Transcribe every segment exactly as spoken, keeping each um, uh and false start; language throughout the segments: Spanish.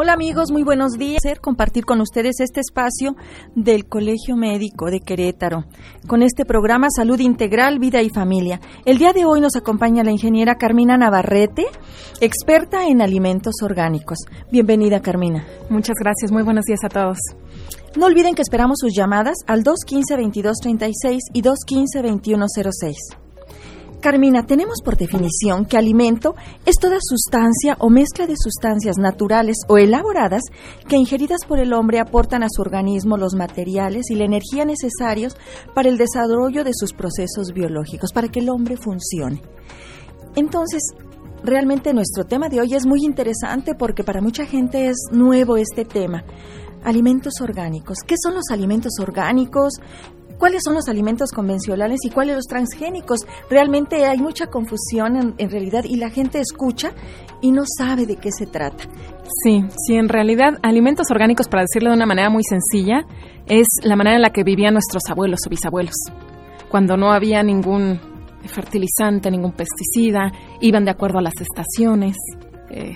Hola amigos, muy buenos días. Compartir con ustedes este espacio del Colegio Médico de Querétaro con este programa Salud Integral, Vida y Familia. El día de hoy nos acompaña la ingeniera Carmina Navarrete, experta en alimentos orgánicos. Bienvenida, Carmina. Muchas gracias, muy buenos días a todos. No olviden que esperamos sus llamadas al dos uno cinco, veintidós treinta y seis y dos uno cinco, veintiuno cero seis. Carmina, tenemos por definición que alimento es toda sustancia o mezcla de sustancias naturales o elaboradas que ingeridas por el hombre aportan a su organismo los materiales y la energía necesarios para el desarrollo de sus procesos biológicos, para que el hombre funcione. Entonces, realmente nuestro tema de hoy es muy interesante porque para mucha gente es nuevo este tema. Alimentos orgánicos. ¿Qué son los alimentos orgánicos? ¿Cuáles son los alimentos convencionales y cuáles los transgénicos? Realmente hay mucha confusión en, en realidad y la gente escucha y no sabe de qué se trata. Sí, sí, en realidad alimentos orgánicos, para decirlo de una manera muy sencilla, es la manera en la que vivían nuestros abuelos o bisabuelos. Cuando no había ningún fertilizante, ningún pesticida, iban de acuerdo a las estaciones, eh,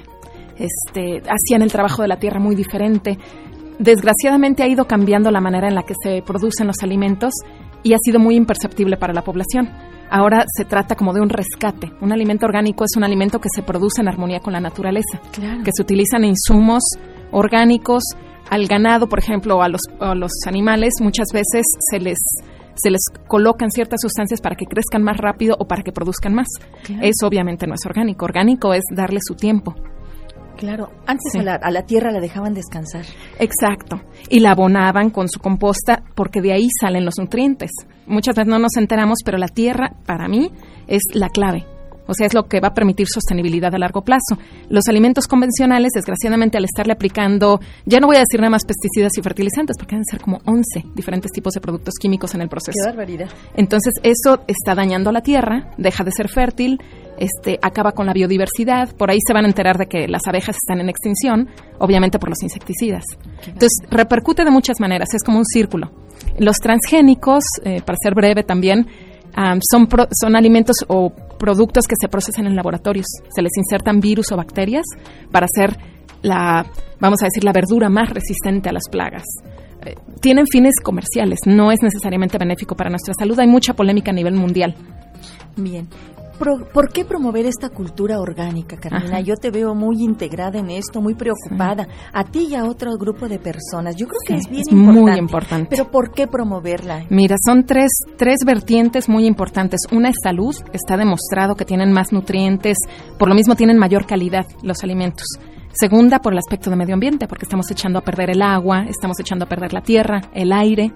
este, hacían el trabajo de la tierra muy diferente. Desgraciadamente ha ido cambiando la manera en la que se producen los alimentos y ha sido muy imperceptible para la población. Ahora se trata como de un rescate. Un alimento orgánico es un alimento que se produce en armonía con la naturaleza, claro, que se utilizan insumos orgánicos. Al ganado, por ejemplo, o a los, a los animales, muchas veces se les, se les colocan ciertas sustancias para que crezcan más rápido o para que produzcan más. Claro. Eso obviamente no es orgánico. Orgánico es darle su tiempo. Claro, antes sí. a, la, a la tierra la dejaban descansar. Exacto, y la abonaban con su composta porque de ahí salen los nutrientes. Muchas veces no nos enteramos, pero la tierra, para mí, es la clave. O sea, es lo que va a permitir sostenibilidad a largo plazo. Los alimentos convencionales, desgraciadamente, al estarle aplicando, ya no voy a decir nada más pesticidas y fertilizantes, porque deben ser como once diferentes tipos de productos químicos en el proceso. ¡Qué barbaridad! Entonces, eso está dañando a la tierra, deja de ser fértil, este, acaba con la biodiversidad. Por ahí se van a enterar de que las abejas están en extinción, obviamente por los insecticidas. Entonces, repercute de muchas maneras, es como un círculo. Los transgénicos, eh, para ser breve también, Um, son, pro, son alimentos o productos que se procesan en laboratorios. Se les insertan virus o bacterias para hacer la, vamos a decir, la verdura más resistente a las plagas. Eh, tienen fines comerciales, no es necesariamente benéfico para nuestra salud. Hay mucha polémica a nivel mundial. Bien. Pro, ¿Por qué promover esta cultura orgánica, Carmina? Ajá. Yo te veo muy integrada en esto, muy preocupada. Sí. A ti y a otro grupo de personas. Yo creo que sí, es bien es importante. Muy importante. Pero ¿por qué promoverla? Mira, son tres, tres vertientes muy importantes. Una es salud. Está demostrado que tienen más nutrientes. Por lo mismo tienen mayor calidad los alimentos. Segunda, por el aspecto de medio ambiente, porque estamos echando a perder el agua, estamos echando a perder la tierra, el aire.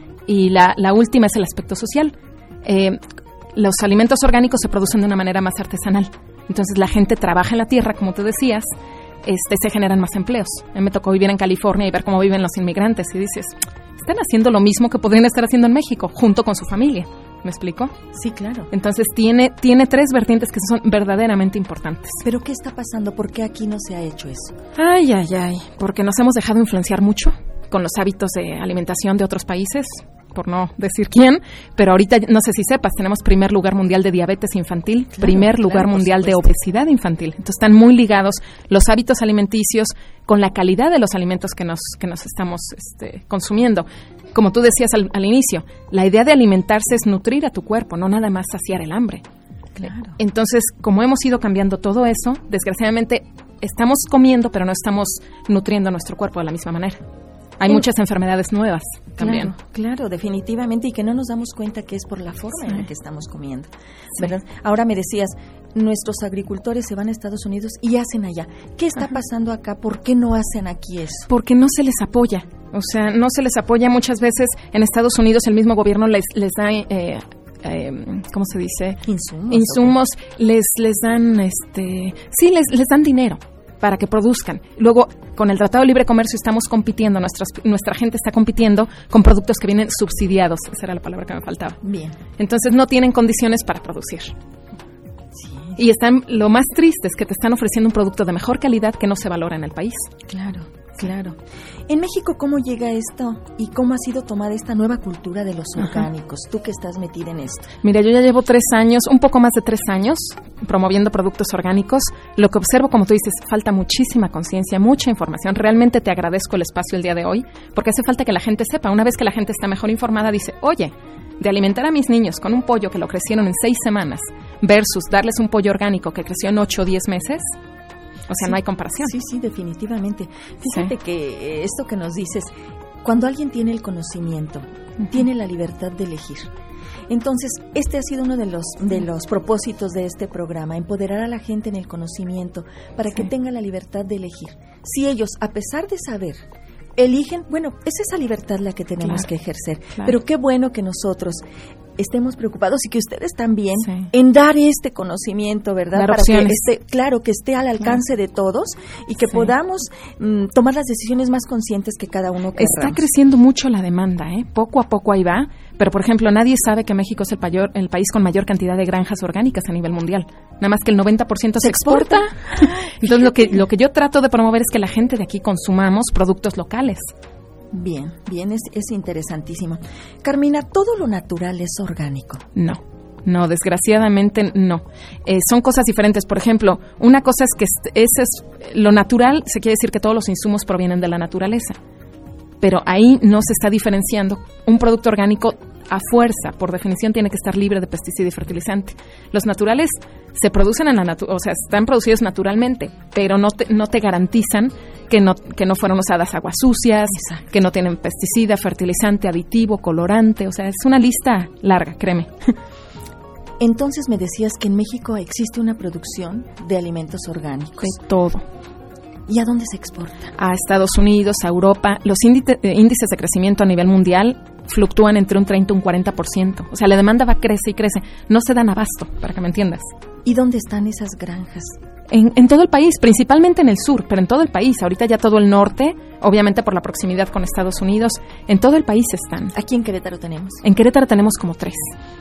Y la, la última es el aspecto social. Eh, Los alimentos orgánicos se producen de una manera más artesanal. Entonces la gente trabaja en la tierra, como tú decías, este, se generan más empleos. A mí me tocó vivir en California y ver cómo viven los inmigrantes y dices, están haciendo lo mismo que podrían estar haciendo en México, junto con su familia. ¿Me explico? Sí, claro. Entonces tiene, tiene tres vertientes que son verdaderamente importantes. ¿Pero qué está pasando? ¿Por qué aquí no se ha hecho eso? Ay, ay, ay, porque nos hemos dejado influenciar mucho con los hábitos de alimentación de otros países, por no decir quién, pero ahorita, no sé si sepas, tenemos primer lugar mundial de diabetes infantil, claro, primer claro, lugar mundial de obesidad infantil. Entonces están muy ligados los hábitos alimenticios con la calidad de los alimentos que nos, que nos estamos este, consumiendo. Como tú decías al, al inicio, la idea de alimentarse es nutrir a tu cuerpo, no nada más saciar el hambre. Claro. Entonces, como hemos ido cambiando todo eso, desgraciadamente estamos comiendo, pero no estamos nutriendo nuestro cuerpo de la misma manera. Hay sí. muchas enfermedades nuevas también. Claro, claro, definitivamente, y que no nos damos cuenta que es por la forma sí. en la que estamos comiendo, ¿verdad? Sí. Ahora me decías, nuestros agricultores se van a Estados Unidos y hacen allá. ¿Qué está Ajá. pasando acá? ¿Por qué no hacen aquí eso? Porque no se les apoya. O sea, no se les apoya. Muchas veces en Estados Unidos el mismo gobierno les, les da... Eh, Eh, ¿cómo se dice? Insumos. Insumos, les les dan, este, sí, les les dan dinero para que produzcan. Luego, con el Tratado de Libre Comercio estamos compitiendo, nuestras, nuestra gente está compitiendo con productos que vienen subsidiados. Esa era la palabra que me faltaba. Bien. Entonces no tienen condiciones para producir. Sí. Y están, lo más triste es que te están ofreciendo un producto de mejor calidad que no se valora en el país. Claro. Claro. En México, ¿cómo llega esto y cómo ha sido tomada esta nueva cultura de los orgánicos? Ajá. Tú que estás metida en esto. Mira, yo ya llevo tres años, un poco más de tres años, promoviendo productos orgánicos. Lo que observo, como tú dices, falta muchísima conciencia, mucha información. Realmente te agradezco el espacio el día de hoy, porque hace falta que la gente sepa. Una vez que la gente está mejor informada, dice, oye, de alimentar a mis niños con un pollo que lo crecieron en seis semanas versus darles un pollo orgánico que creció en ocho o diez meses, o sea, sí, no hay comparación. Sí, sí, definitivamente. Fíjate sí. que esto que nos dices, cuando alguien tiene el conocimiento, uh-huh. tiene la libertad de elegir. Entonces, este ha sido uno de los de los propósitos de este programa, empoderar a la gente en el conocimiento para sí. que tenga la libertad de elegir. Si ellos, a pesar de saber, eligen, bueno, es esa libertad la que tenemos claro, que ejercer. Claro. Pero qué bueno que nosotros estemos preocupados y que ustedes también sí. en dar este conocimiento, ¿verdad? Dar Para opciones. que esté, claro, que esté al alcance claro. de todos y que sí. podamos mm, tomar las decisiones más conscientes que cada uno querramos. Está creciendo mucho la demanda, ¿eh? Poco a poco ahí va, pero por ejemplo, nadie sabe que México es el, payor, el país con mayor cantidad de granjas orgánicas a nivel mundial. Nada más que el noventa por ciento se, se exporta. exporta. Entonces, lo que, lo que yo trato de promover es que la gente de aquí consumamos productos locales. Bien, bien, es, es interesantísimo. Carmina, ¿todo lo natural es orgánico? No, no, desgraciadamente no. Eh, son cosas diferentes. Por ejemplo, una cosa es que es, es, es lo natural, se quiere decir que todos los insumos provienen de la naturaleza. Pero ahí no se está diferenciando. Un producto orgánico, a fuerza, por definición, tiene que estar libre de pesticida y fertilizante. Los naturales se producen en la naturaleza, o sea, están producidos naturalmente, pero no te, no te garantizan que no, que no fueron usadas aguas sucias, exacto. que no tienen pesticida, fertilizante, aditivo, colorante. O sea, es una lista larga, créeme. Entonces me decías que en México existe una producción de alimentos orgánicos. De todo. ¿Y a dónde se exporta? A Estados Unidos, a Europa. Los índice, índices de crecimiento a nivel mundial fluctúan entre un treinta y un cuarenta por ciento. O sea, la demanda va crece y crece. No se dan abasto, para que me entiendas. ¿Y dónde están esas granjas? En, en todo el país, principalmente en el sur, pero en todo el país. Ahorita ya todo el norte, obviamente por la proximidad con Estados Unidos, en todo el país están. ¿Aquí en Querétaro tenemos? En Querétaro tenemos como tres.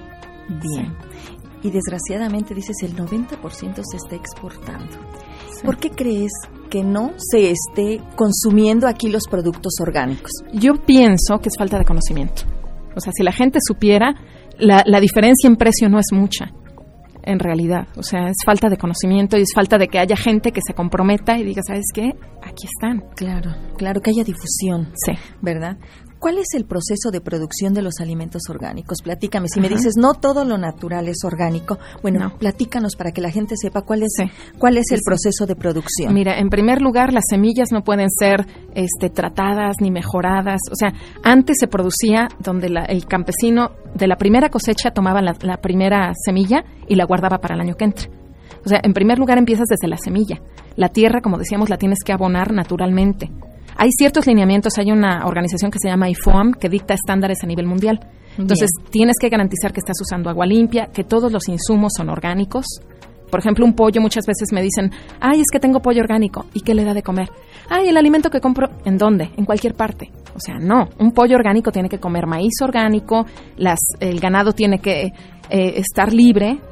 Bien. Sí. Y desgraciadamente, dices, el noventa por ciento se está exportando. Sí. ¿Por qué crees que no se esté consumiendo aquí los productos orgánicos? Yo pienso que es falta de conocimiento. O sea, si la gente supiera, la, la diferencia en precio no es mucha, en realidad. O sea, es falta de conocimiento y es falta de que haya gente que se comprometa y diga, ¿sabes qué? Aquí están. Claro, claro, que haya difusión. Sí. ¿Verdad? ¿Cuál es el proceso de producción de los alimentos orgánicos? Platícame. Si Ajá. me dices, no todo lo natural es orgánico, bueno, no. platícanos para que la gente sepa cuál es, sí. cuál es el sí. proceso de producción. Mira, en primer lugar, las semillas no pueden ser este, tratadas ni mejoradas. O sea, antes se producía donde la, el campesino de la primera cosecha tomaba la, la primera semilla y la guardaba para el año que entra. O sea, en primer lugar empiezas desde la semilla. La tierra, como decíamos, la tienes que abonar naturalmente. Hay ciertos lineamientos, hay una organización que se llama I F O A M que dicta estándares a nivel mundial. Entonces, Bien. tienes que garantizar que estás usando agua limpia, que todos los insumos son orgánicos. Por ejemplo, un pollo, muchas veces me dicen, ay, es que tengo pollo orgánico. ¿Y qué le da de comer? Ay, el alimento que compro, ¿en dónde? En cualquier parte. O sea, no. Un pollo orgánico tiene que comer maíz orgánico, las, el ganado tiene que eh, estar libre,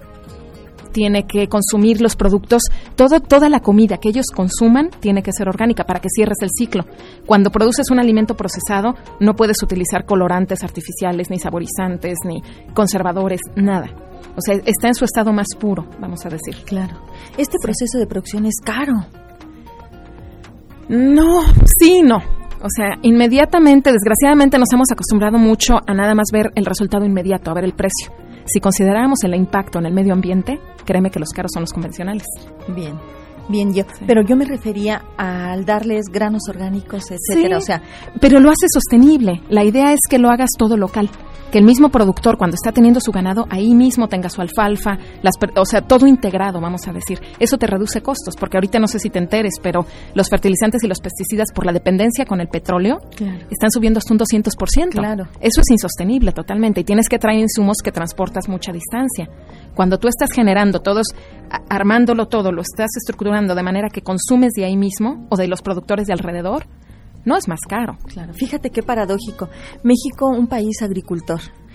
tiene que consumir los productos, todo, toda la comida que ellos consuman tiene que ser orgánica para que cierres el ciclo. Cuando produces un alimento procesado, no puedes utilizar colorantes artificiales, ni saborizantes, ni conservadores, nada. O sea, está en su estado más puro, vamos a decir. Claro. ¿Este sí. proceso de producción es caro? No, sí, no. O sea, inmediatamente, desgraciadamente nos hemos acostumbrado mucho a nada más ver el resultado inmediato, a ver el precio. Si consideráramos el impacto en el medio ambiente, créeme que los caros son los convencionales. Bien, bien yo. Sí. Pero yo me refería al darles granos orgánicos, etcétera. Sí, o sea, pero lo hace sostenible. La idea es que lo hagas todo local. Que el mismo productor, cuando está teniendo su ganado, ahí mismo tenga su alfalfa, las, o sea, todo integrado, vamos a decir. Eso te reduce costos, porque ahorita no sé si te enteres, pero los fertilizantes y los pesticidas, por la dependencia con el petróleo, claro. están subiendo hasta un doscientos por ciento. Claro. Eso es insostenible totalmente, y tienes que traer insumos que transportas mucha distancia. Cuando tú estás generando todos, armándolo todo, lo estás estructurando de manera que consumes de ahí mismo, o de los productores de alrededor, no es más caro. Claro. Fíjate qué paradójico. México, un país agricultor.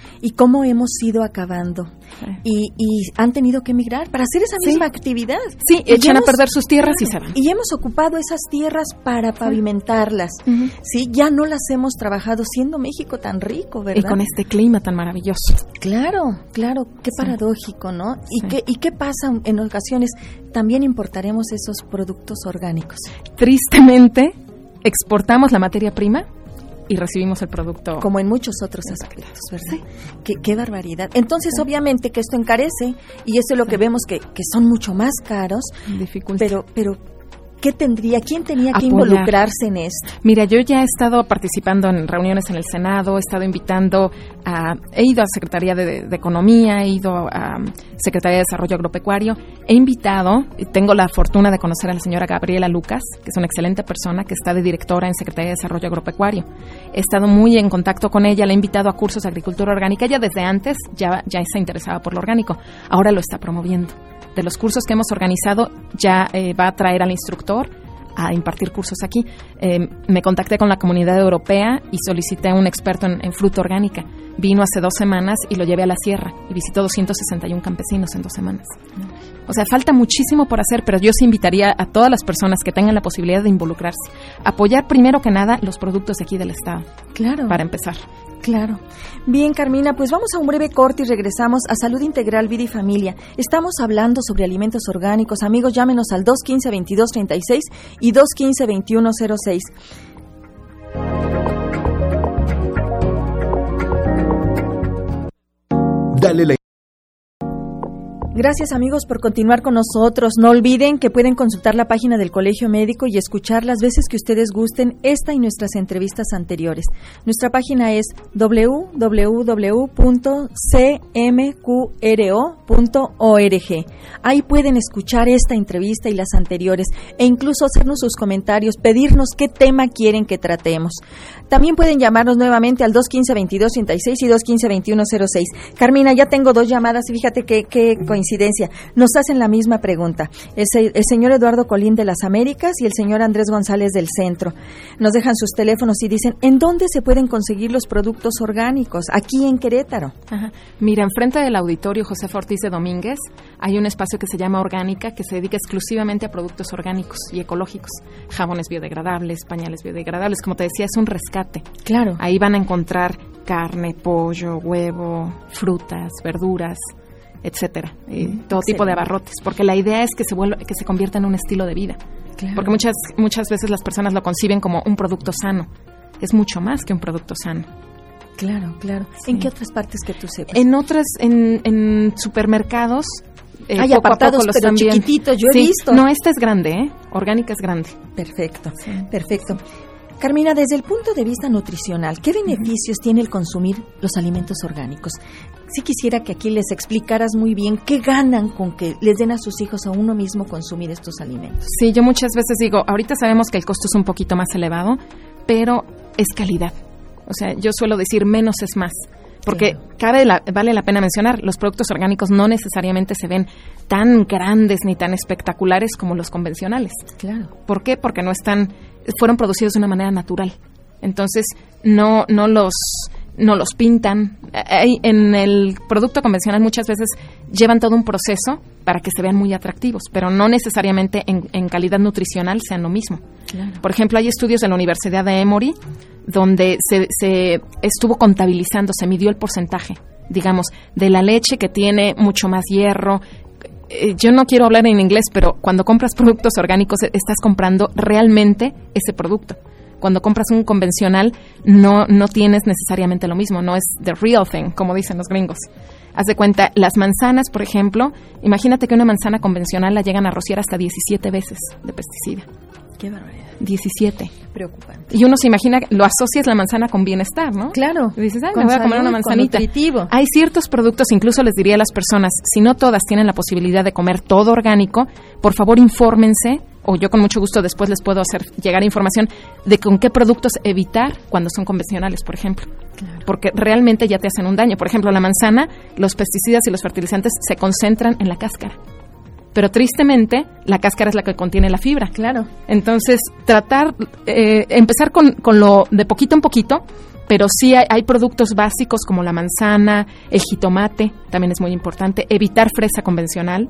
y cómo hemos ido acabando. Sí. Y, y han tenido que emigrar para hacer esa misma sí. actividad. Sí, y echan hemos, a perder sus tierras y se van. Y hemos ocupado esas tierras para pavimentarlas. Uh-huh. Sí, ya no las hemos trabajado siendo México tan rico, ¿verdad? Y con este clima tan maravilloso. Claro, claro, qué sí. paradójico, ¿no? ¿Y, sí. qué, ¿Y qué pasa en ocasiones? También importaremos esos productos orgánicos. Tristemente, exportamos la materia prima y recibimos el producto. Como en muchos otros aspectos, ¿verdad? Sí. Qué, qué barbaridad. Entonces, sí. obviamente que esto encarece, y esto es lo sí. que vemos que, que son mucho más caros. Dificulta. Pero, pero ¿qué tendría, quién tenía que Apoyar. involucrarse en esto? Mira, yo ya he estado participando en reuniones en el Senado, he estado invitando a, he ido a Secretaría de, de Economía, he ido a Secretaría de Desarrollo Agropecuario, he invitado, tengo la fortuna de conocer a la señora Gabriela Lucas, que es una excelente persona, que está de directora en Secretaría de Desarrollo Agropecuario. He estado muy en contacto con ella, la he invitado a cursos de agricultura orgánica, ella desde antes ya, ya se interesaba por lo orgánico, ahora lo está promoviendo. De los cursos que hemos organizado, ya eh, va a traer al instructor a impartir cursos aquí. Eh, me contacté con la Comunidad Europea y solicité a un experto en, en fruta orgánica. Vino hace dos semanas y lo llevé a la sierra y visitó doscientos sesenta y uno campesinos en dos semanas. O sea, falta muchísimo por hacer, pero yo sí invitaría a todas las personas que tengan la posibilidad de involucrarse. Apoyar primero que nada los productos de aquí del Estado. Claro. Para empezar. Claro. Bien, Carmina, pues vamos a un breve corte y regresamos a Salud Integral, Vida y Familia. Estamos hablando sobre alimentos orgánicos. Amigos, llámenos al dos uno cinco, veintidós treinta y seis y dos uno cinco, veintiuno cero seis. Dale la Gracias, amigos, por continuar con nosotros. No olviden que pueden consultar la página del Colegio Médico y escuchar las veces que ustedes gusten esta y nuestras entrevistas anteriores. Nuestra página es doble u doble u doble u punto c m q r o punto org. Ahí pueden escuchar esta entrevista y las anteriores e incluso hacernos sus comentarios, pedirnos qué tema quieren que tratemos. También pueden llamarnos nuevamente al dos uno cinco, veintidós treinta y seis y dos uno cinco, veintiuno cero seis. Carmina, ya tengo dos llamadas y fíjate que, que coincidencia. Nos hacen la misma pregunta. El, el señor Eduardo Colín de las Américas y el señor Andrés González del Centro. Nos dejan sus teléfonos y dicen, ¿en dónde se pueden conseguir los productos orgánicos? Aquí en Querétaro. Ajá. Mira, enfrente del auditorio José Ortiz de Domínguez hay un espacio que se llama Orgánica, que se dedica exclusivamente a productos orgánicos y ecológicos. Jabones biodegradables, pañales biodegradables. Como te decía, es un rescate. Claro. Ahí van a encontrar carne, pollo, huevo, frutas, verduras, etcétera, y todo Excelente. tipo de abarrotes, porque la idea es que se vuelva, que se convierta en un estilo de vida. Claro. Porque muchas muchas veces las personas lo conciben como un producto sano. Es mucho más que un producto sano. Claro, claro. Sí. ¿En qué otras partes que tú sepas? En otras, en, en supermercados. Eh, Hay poco apartados, a poco los pero también. chiquititos, yo he sí. visto. No, esta es grande, ¿eh? Orgánica es grande. Perfecto, sí. perfecto. Carmina, desde el punto de vista nutricional, ¿qué beneficios tiene el consumir los alimentos orgánicos? Sí quisiera que aquí les explicaras muy bien qué ganan con que les den a sus hijos a uno mismo consumir estos alimentos. Sí, yo muchas veces digo, ahorita sabemos que el costo es un poquito más elevado, pero es calidad. O sea, yo suelo decir menos es más. Porque claro. cabe la, vale la pena mencionar, los productos orgánicos no necesariamente se ven tan grandes ni tan espectaculares como los convencionales. Claro. ¿Por qué? Porque no están, fueron producidos de una manera natural. Entonces, no, no los, no los pintan. En el producto convencional muchas veces llevan todo un proceso para que se vean muy atractivos, pero no necesariamente en, en calidad nutricional sean lo mismo. Claro. Por ejemplo, hay estudios de la Universidad de Emory donde se, se estuvo contabilizando, se midió el porcentaje, digamos, de la leche que tiene mucho más hierro. Eh, yo no quiero hablar en inglés, pero cuando compras productos orgánicos estás comprando realmente ese producto. Cuando compras un convencional no, no tienes necesariamente lo mismo, no es the real thing, como dicen los gringos. Haz de cuenta, las manzanas, por ejemplo, imagínate que una manzana convencional la llegan a rociar hasta diecisiete veces de pesticida. Qué barbaridad. diecisiete. Preocupante. Y uno se imagina, lo asocias la manzana con bienestar, ¿no? Claro. Y dices, ay, me voy a comer una manzanita. Nutritivo. Hay ciertos productos, incluso les diría a las personas, si no todas tienen la posibilidad de comer todo orgánico, por favor infórmense, o yo con mucho gusto después les puedo hacer llegar información de con qué productos evitar cuando son convencionales, por ejemplo. Claro. Porque realmente ya te hacen un daño. Por ejemplo, la manzana, los pesticidas y los fertilizantes se concentran en la cáscara. pero tristemente la cáscara es la que contiene la fibra. Claro. Entonces, tratar, eh, empezar con, con lo de poquito en poquito, pero sí hay, hay productos básicos como la manzana, el jitomate, también es muy importante, evitar fresa convencional,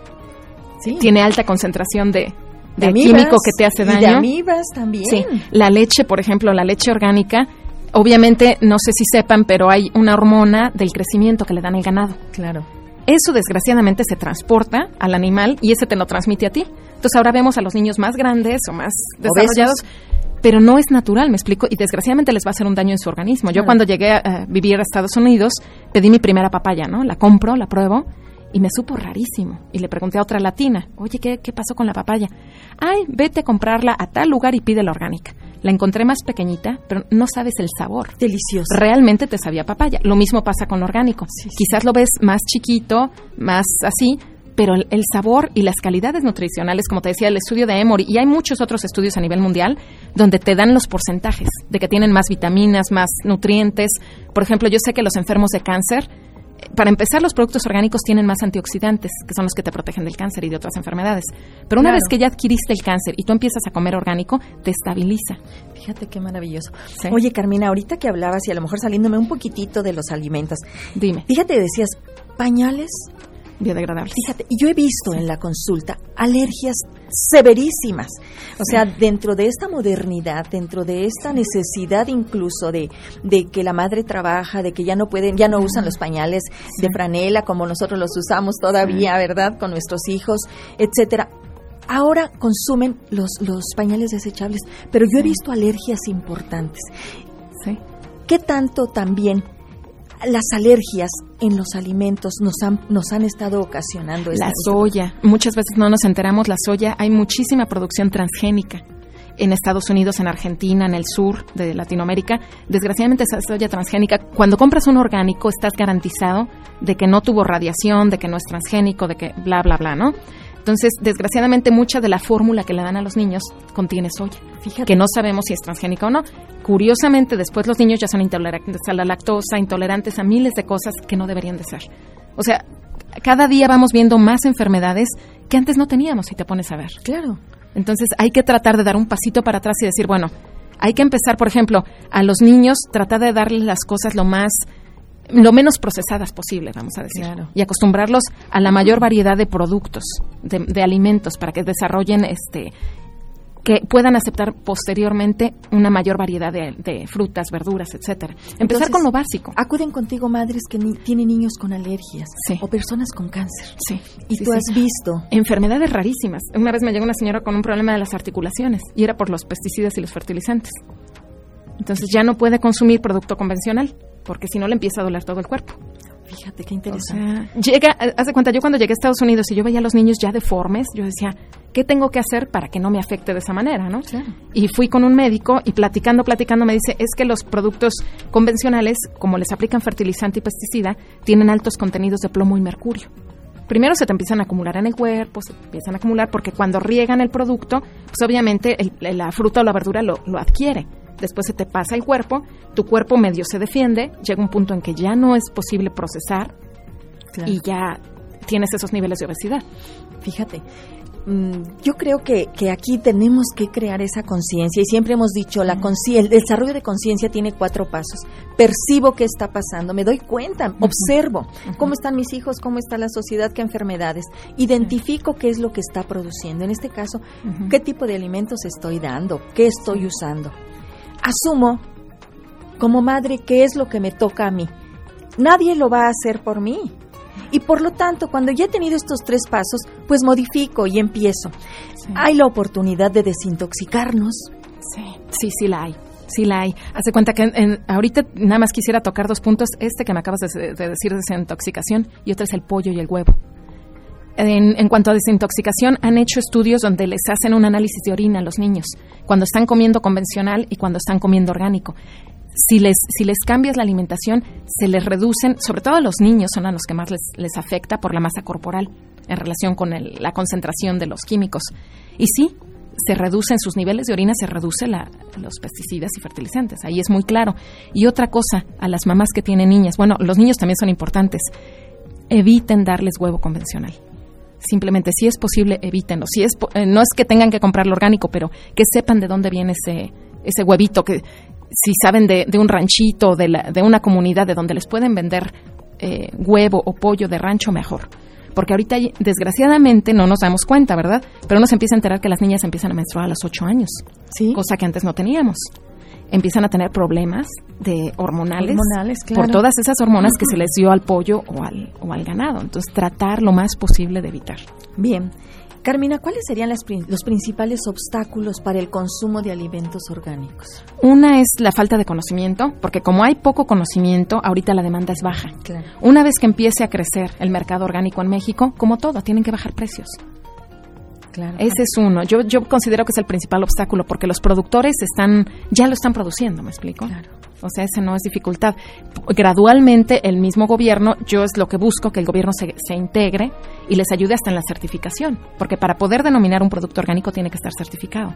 sí. Tiene alta concentración de, de, de químico que te hace daño. Y de amibas también. Sí, la leche, por ejemplo, la leche orgánica, obviamente, no sé si sepan, pero hay una hormona del crecimiento que le dan al ganado. Claro. Eso, desgraciadamente, se transporta al animal y ese te lo transmite a ti. Entonces, ahora vemos a los niños más grandes o más desarrollados, obesos, pero no es natural, me explico, y desgraciadamente les va a hacer un daño en su organismo. Yo, claro. Cuando llegué a uh, vivir a Estados Unidos, pedí mi primera papaya, ¿no? La compro, la pruebo, y me supo rarísimo. Y le pregunté a otra latina, oye, ¿qué, qué pasó con la papaya? Ay, vete a comprarla a tal lugar y pide la orgánica. La encontré más pequeñita, pero no sabes el sabor. Delicioso. Realmente te sabía papaya. Lo mismo pasa con lo orgánico. Sí, sí. Quizás lo ves más chiquito, más así, pero el, el sabor y las calidades nutricionales, como te decía, el estudio de Emory, y hay muchos otros estudios a nivel mundial, donde te dan los porcentajes de que tienen más vitaminas, más nutrientes. Por ejemplo, yo sé que los enfermos de cáncer, para empezar, los productos orgánicos tienen más antioxidantes, que son los que te protegen del cáncer y de otras enfermedades. Pero una claro. vez que ya adquiriste el cáncer y tú empiezas a comer orgánico, te estabiliza. Fíjate qué maravilloso. ¿Sí? Oye, Carmina, ahorita que hablabas y a lo mejor saliéndome un poquitito de los alimentos. Dime. Fíjate, decías, pañales biodegradables. Fíjate, yo he visto en la consulta alergias severísimas. O sea, dentro de esta modernidad, dentro de esta necesidad incluso de, de que la madre trabaja, de que ya no pueden, ya no usan los pañales sí. de franela como nosotros los usamos todavía, sí. ¿verdad? Con nuestros hijos, etcétera. Ahora consumen los, los pañales desechables, pero yo he visto alergias importantes. Sí. ¿Qué tanto también las alergias en los alimentos nos han nos han estado ocasionando? La soya, muchas veces no nos enteramos, la soya, hay muchísima producción transgénica en Estados Unidos, en Argentina, en el sur de Latinoamérica. Desgraciadamente esa soya transgénica, cuando compras un orgánico estás garantizado de que no tuvo radiación, de que no es transgénico, de que bla, bla, bla, ¿no? Entonces, desgraciadamente, mucha de la fórmula que le dan a los niños contiene soya. Fíjate. Que no sabemos si es transgénica o no. Curiosamente, después los niños ya son intolerantes a la lactosa, intolerantes a miles de cosas que no deberían de ser. O sea, cada día vamos viendo más enfermedades que antes no teníamos, si te pones a ver. Claro. Entonces, hay que tratar de dar un pasito para atrás y decir, bueno, hay que empezar, por ejemplo, a los niños, tratar de darles las cosas lo más... lo menos procesadas posible, vamos a decir, claro. y acostumbrarlos a la mayor variedad de productos, de, de alimentos, para que desarrollen, este, que puedan aceptar posteriormente una mayor variedad de, de frutas, verduras, etcétera. Empezar Entonces, con lo básico. Acuden contigo madres que ni, tienen niños con alergias sí. o personas con cáncer. Sí. Y sí, tú sí. has visto enfermedades rarísimas. Una vez me llegó una señora con un problema de las articulaciones y era por los pesticidas y los fertilizantes. Entonces ya no puede consumir producto convencional, porque si no le empieza a doler todo el cuerpo. Fíjate qué interesante. O sea, llega, haz de cuenta, yo cuando llegué a Estados Unidos y yo veía a los niños ya deformes, yo decía, ¿qué tengo que hacer para que no me afecte de esa manera, no? Claro. Y fui con un médico y platicando, platicando me dice, es que los productos convencionales, como les aplican fertilizante y pesticida, tienen altos contenidos de plomo y mercurio. Primero se te empiezan a acumular en el cuerpo, se empiezan a acumular porque cuando riegan el producto, pues obviamente el, la fruta o la verdura lo, lo adquiere. Después se te pasa el cuerpo, tu cuerpo medio se defiende, llega un punto en que ya no es posible procesar claro. y ya tienes esos niveles de obesidad. Fíjate, yo creo que, que aquí tenemos que crear esa conciencia y siempre hemos dicho, la consci- el desarrollo de conciencia tiene cuatro pasos. Percibo qué está pasando, me doy cuenta, uh-huh. observo uh-huh. cómo están mis hijos, cómo está la sociedad, qué enfermedades, identifico uh-huh. qué es lo que está produciendo. En este caso, uh-huh. qué tipo de alimentos estoy dando, qué estoy uh-huh. usando. Asumo como madre qué es lo que me toca a mí. Nadie lo va a hacer por mí. Y por lo tanto, cuando ya he tenido estos tres pasos, pues modifico y empiezo. Sí. Hay la oportunidad de desintoxicarnos. Sí, sí, sí la hay. Sí la hay. Hace cuenta que en, en, ahorita nada más quisiera tocar dos puntos. Este que me acabas de, de decir, desintoxicación, y otro es el pollo y el huevo. En, en cuanto a desintoxicación, han hecho estudios donde les hacen un análisis de orina a los niños, cuando están comiendo convencional y cuando están comiendo orgánico. Si les, si les cambias la alimentación, se les reducen, sobre todo a los niños, son a los que más les, les afecta por la masa corporal en relación con el, la concentración de los químicos. Y sí, se reducen sus niveles de orina, se reduce la, los pesticidas y fertilizantes, ahí es muy claro. Y otra cosa, a las mamás que tienen niñas, bueno, los niños también son importantes, eviten darles huevo convencional. Simplemente, si es posible, evítenlo. Si es, eh, no es que tengan que comprarlo orgánico, pero que sepan de dónde viene ese, ese huevito, que si saben de, de un ranchito, de, la, de una comunidad de donde les pueden vender eh, huevo o pollo de rancho, mejor. Porque ahorita, desgraciadamente, no nos damos cuenta, ¿verdad? Pero uno se empieza a enterar que las niñas empiezan a menstruar a los ocho años. Sí. Cosa que antes no teníamos. Empiezan a tener problemas de hormonales, hormonales claro. por todas esas hormonas que se les dio al pollo o al, o al ganado. Entonces, tratar lo más posible de evitar. Bien. Carmina, ¿cuáles serían las, los principales obstáculos para el consumo de alimentos orgánicos? Una es la falta de conocimiento, porque como hay poco conocimiento, ahorita la demanda es baja. Claro. Una vez que empiece a crecer el mercado orgánico en México, como todo, tienen que bajar precios. Claro. Ese es uno. Yo yo considero que es el principal obstáculo, porque los productores están ya lo están produciendo, ¿me explico? Claro. O sea, ese no es dificultad. Gradualmente, el mismo gobierno, yo es lo que busco, que el gobierno se, se integre y les ayude hasta en la certificación, porque para poder denominar un producto orgánico tiene que estar certificado,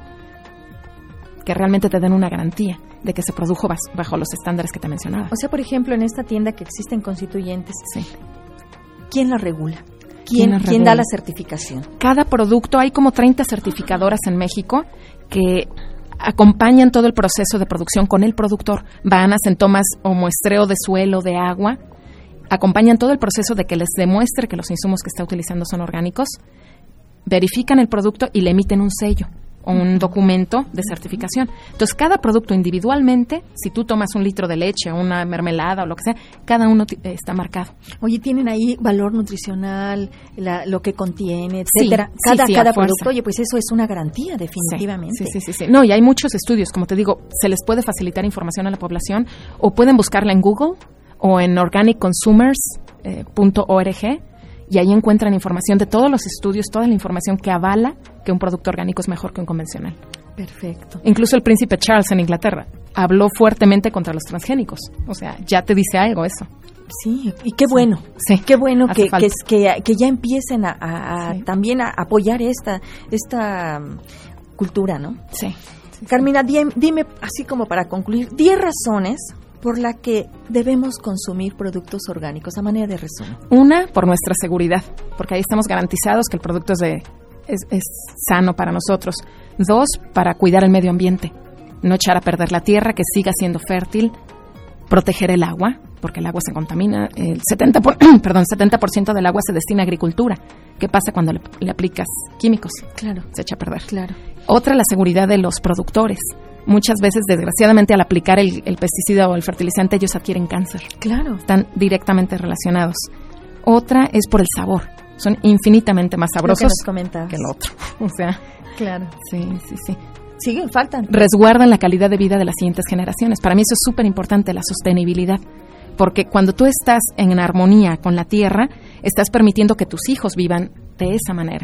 que realmente te den una garantía de que se produjo bajo los estándares que te mencionaba. O sea, por ejemplo, en esta tienda que existen Constituyentes, sí. ¿quién la regula? ¿Quién, ¿Quién, ¿Quién da la certificación? Cada producto, hay como treinta certificadoras en México que acompañan todo el proceso de producción con el productor. Van, hacen tomas o muestreo de suelo, de agua, acompañan todo el proceso de que les demuestre que los insumos que está utilizando son orgánicos, verifican el producto y le emiten un sello o un documento de certificación. Entonces, cada producto individualmente, si tú tomas un litro de leche, una mermelada o lo que sea, cada uno t- está marcado. Oye, ¿tienen ahí valor nutricional, la, lo que contiene, etcétera? Sí, cada sí, sí, cada producto, oye, pues eso es una garantía, definitivamente. Sí, sí, sí, sí, sí. No, y hay muchos estudios, como te digo, se les puede facilitar información a la población, o pueden buscarla en Google o en organic consumers punto org, y ahí encuentran información de todos los estudios, toda la información que avala que un producto orgánico es mejor que un convencional. Perfecto. Incluso el príncipe Charles en Inglaterra habló fuertemente contra los transgénicos. O sea, ya te dice algo eso. Sí, y qué bueno. Sí, qué bueno que, que, que, que ya empiecen a, a, sí. a también a apoyar esta, esta cultura, ¿no? Sí. sí Carmina, sí. Dime, dime, así como para concluir, diez razones por la que debemos consumir productos orgánicos, a manera de resumen. Una, por nuestra seguridad, porque ahí estamos garantizados que el producto es, de, es, es sano para nosotros. Dos, para cuidar el medio ambiente, no echar a perder la tierra, que siga siendo fértil, proteger el agua, porque el agua se contamina, el setenta por, perdón, setenta por ciento del agua se destina a agricultura. ¿Qué pasa cuando le, le aplicas químicos? Claro. Se echa a perder. Claro. Otra, la seguridad de los productores. Muchas veces, desgraciadamente, al aplicar el, el pesticida o el fertilizante, ellos adquieren cáncer. Claro. Están directamente relacionados. Otra es por el sabor. Son infinitamente más sabrosos que, que el otro. O sea, claro. Sí, sí, sí. Siguen, faltan. Resguardan la calidad de vida de las siguientes generaciones. Para mí eso es súper importante, la sostenibilidad. Porque cuando tú estás en armonía con la tierra, estás permitiendo que tus hijos vivan de esa manera.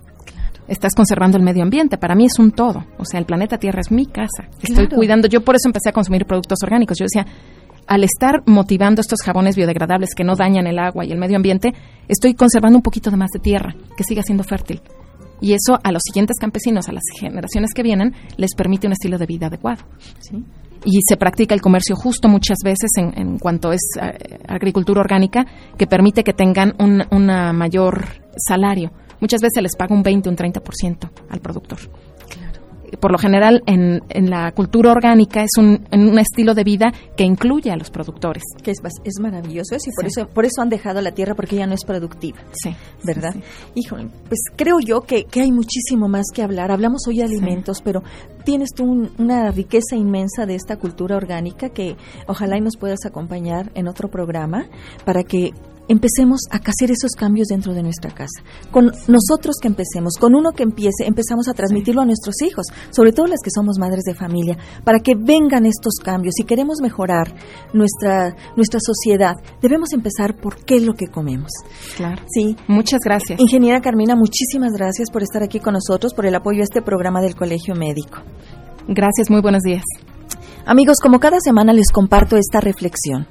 Estás conservando el medio ambiente. Para mí es un todo. O sea, el planeta Tierra es mi casa. Estoy claro. cuidando. Yo por eso empecé a consumir productos orgánicos. Yo decía, al estar motivando estos jabones biodegradables que no dañan el agua y el medio ambiente, estoy conservando un poquito de más de tierra, que siga siendo fértil. Y eso a los siguientes campesinos, a las generaciones que vienen, les permite un estilo de vida adecuado. Sí. Y se practica el comercio justo muchas veces en, en cuanto es eh, agricultura orgánica, que permite que tengan un una mayor salario. Muchas veces les paga un veinte, un treinta por ciento al productor. Claro. Por lo general, en, en la cultura orgánica es un, un estilo de vida que incluye a los productores. Que es, es maravilloso eso, y por, sí. eso, por eso han dejado la tierra, porque ya no es productiva. Sí. ¿Verdad? Sí, sí. Híjole, pues creo yo que, que hay muchísimo más que hablar. Hablamos hoy de alimentos, sí. pero tienes tú un, una riqueza inmensa de esta cultura orgánica que ojalá y nos puedas acompañar en otro programa para que empecemos a hacer esos cambios dentro de nuestra casa. Con nosotros que empecemos, con uno que empiece, empezamos a transmitirlo a nuestros hijos, sobre todo las que somos madres de familia, para que vengan estos cambios. Si queremos mejorar nuestra nuestra sociedad, debemos empezar por qué es lo que comemos. Claro. Sí. Muchas gracias. Ingeniera Carmina, muchísimas gracias por estar aquí con nosotros, por el apoyo a este programa del Colegio Médico. Gracias, muy buenos días. Amigos, como cada semana les comparto esta reflexión.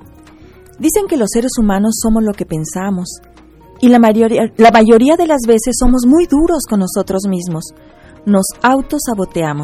Dicen que los seres humanos somos lo que pensamos, y la mayoría, la mayoría de las veces somos muy duros con nosotros mismos. Nos autosaboteamos.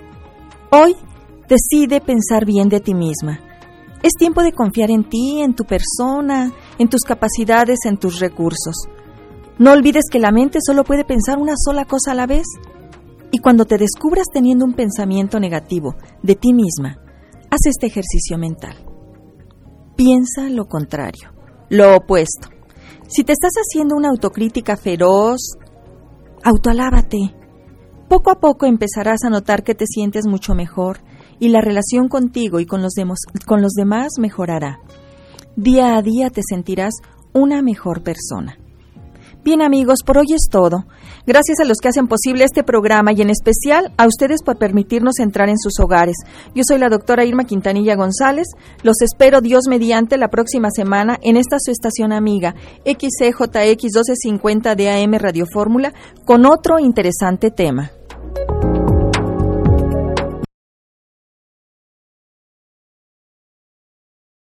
Hoy, decide pensar bien de ti misma. Es tiempo de confiar en ti, en tu persona, en tus capacidades, en tus recursos. No olvides que la mente solo puede pensar una sola cosa a la vez. Y cuando te descubras teniendo un pensamiento negativo de ti misma, haz este ejercicio mental. Piensa lo contrario, lo opuesto. Si te estás haciendo una autocrítica feroz, autoalábate. Poco a poco empezarás a notar que te sientes mucho mejor y la relación contigo y con los, demos, con los demás mejorará. Día a día te sentirás una mejor persona. Bien amigos, por hoy es todo. Gracias a los que hacen posible este programa y en especial a ustedes por permitirnos entrar en sus hogares. Yo soy la doctora Irma Quintanilla González. Los espero Dios mediante la próxima semana en esta su estación amiga X C J X doce cincuenta de A M Radio Fórmula con otro interesante tema.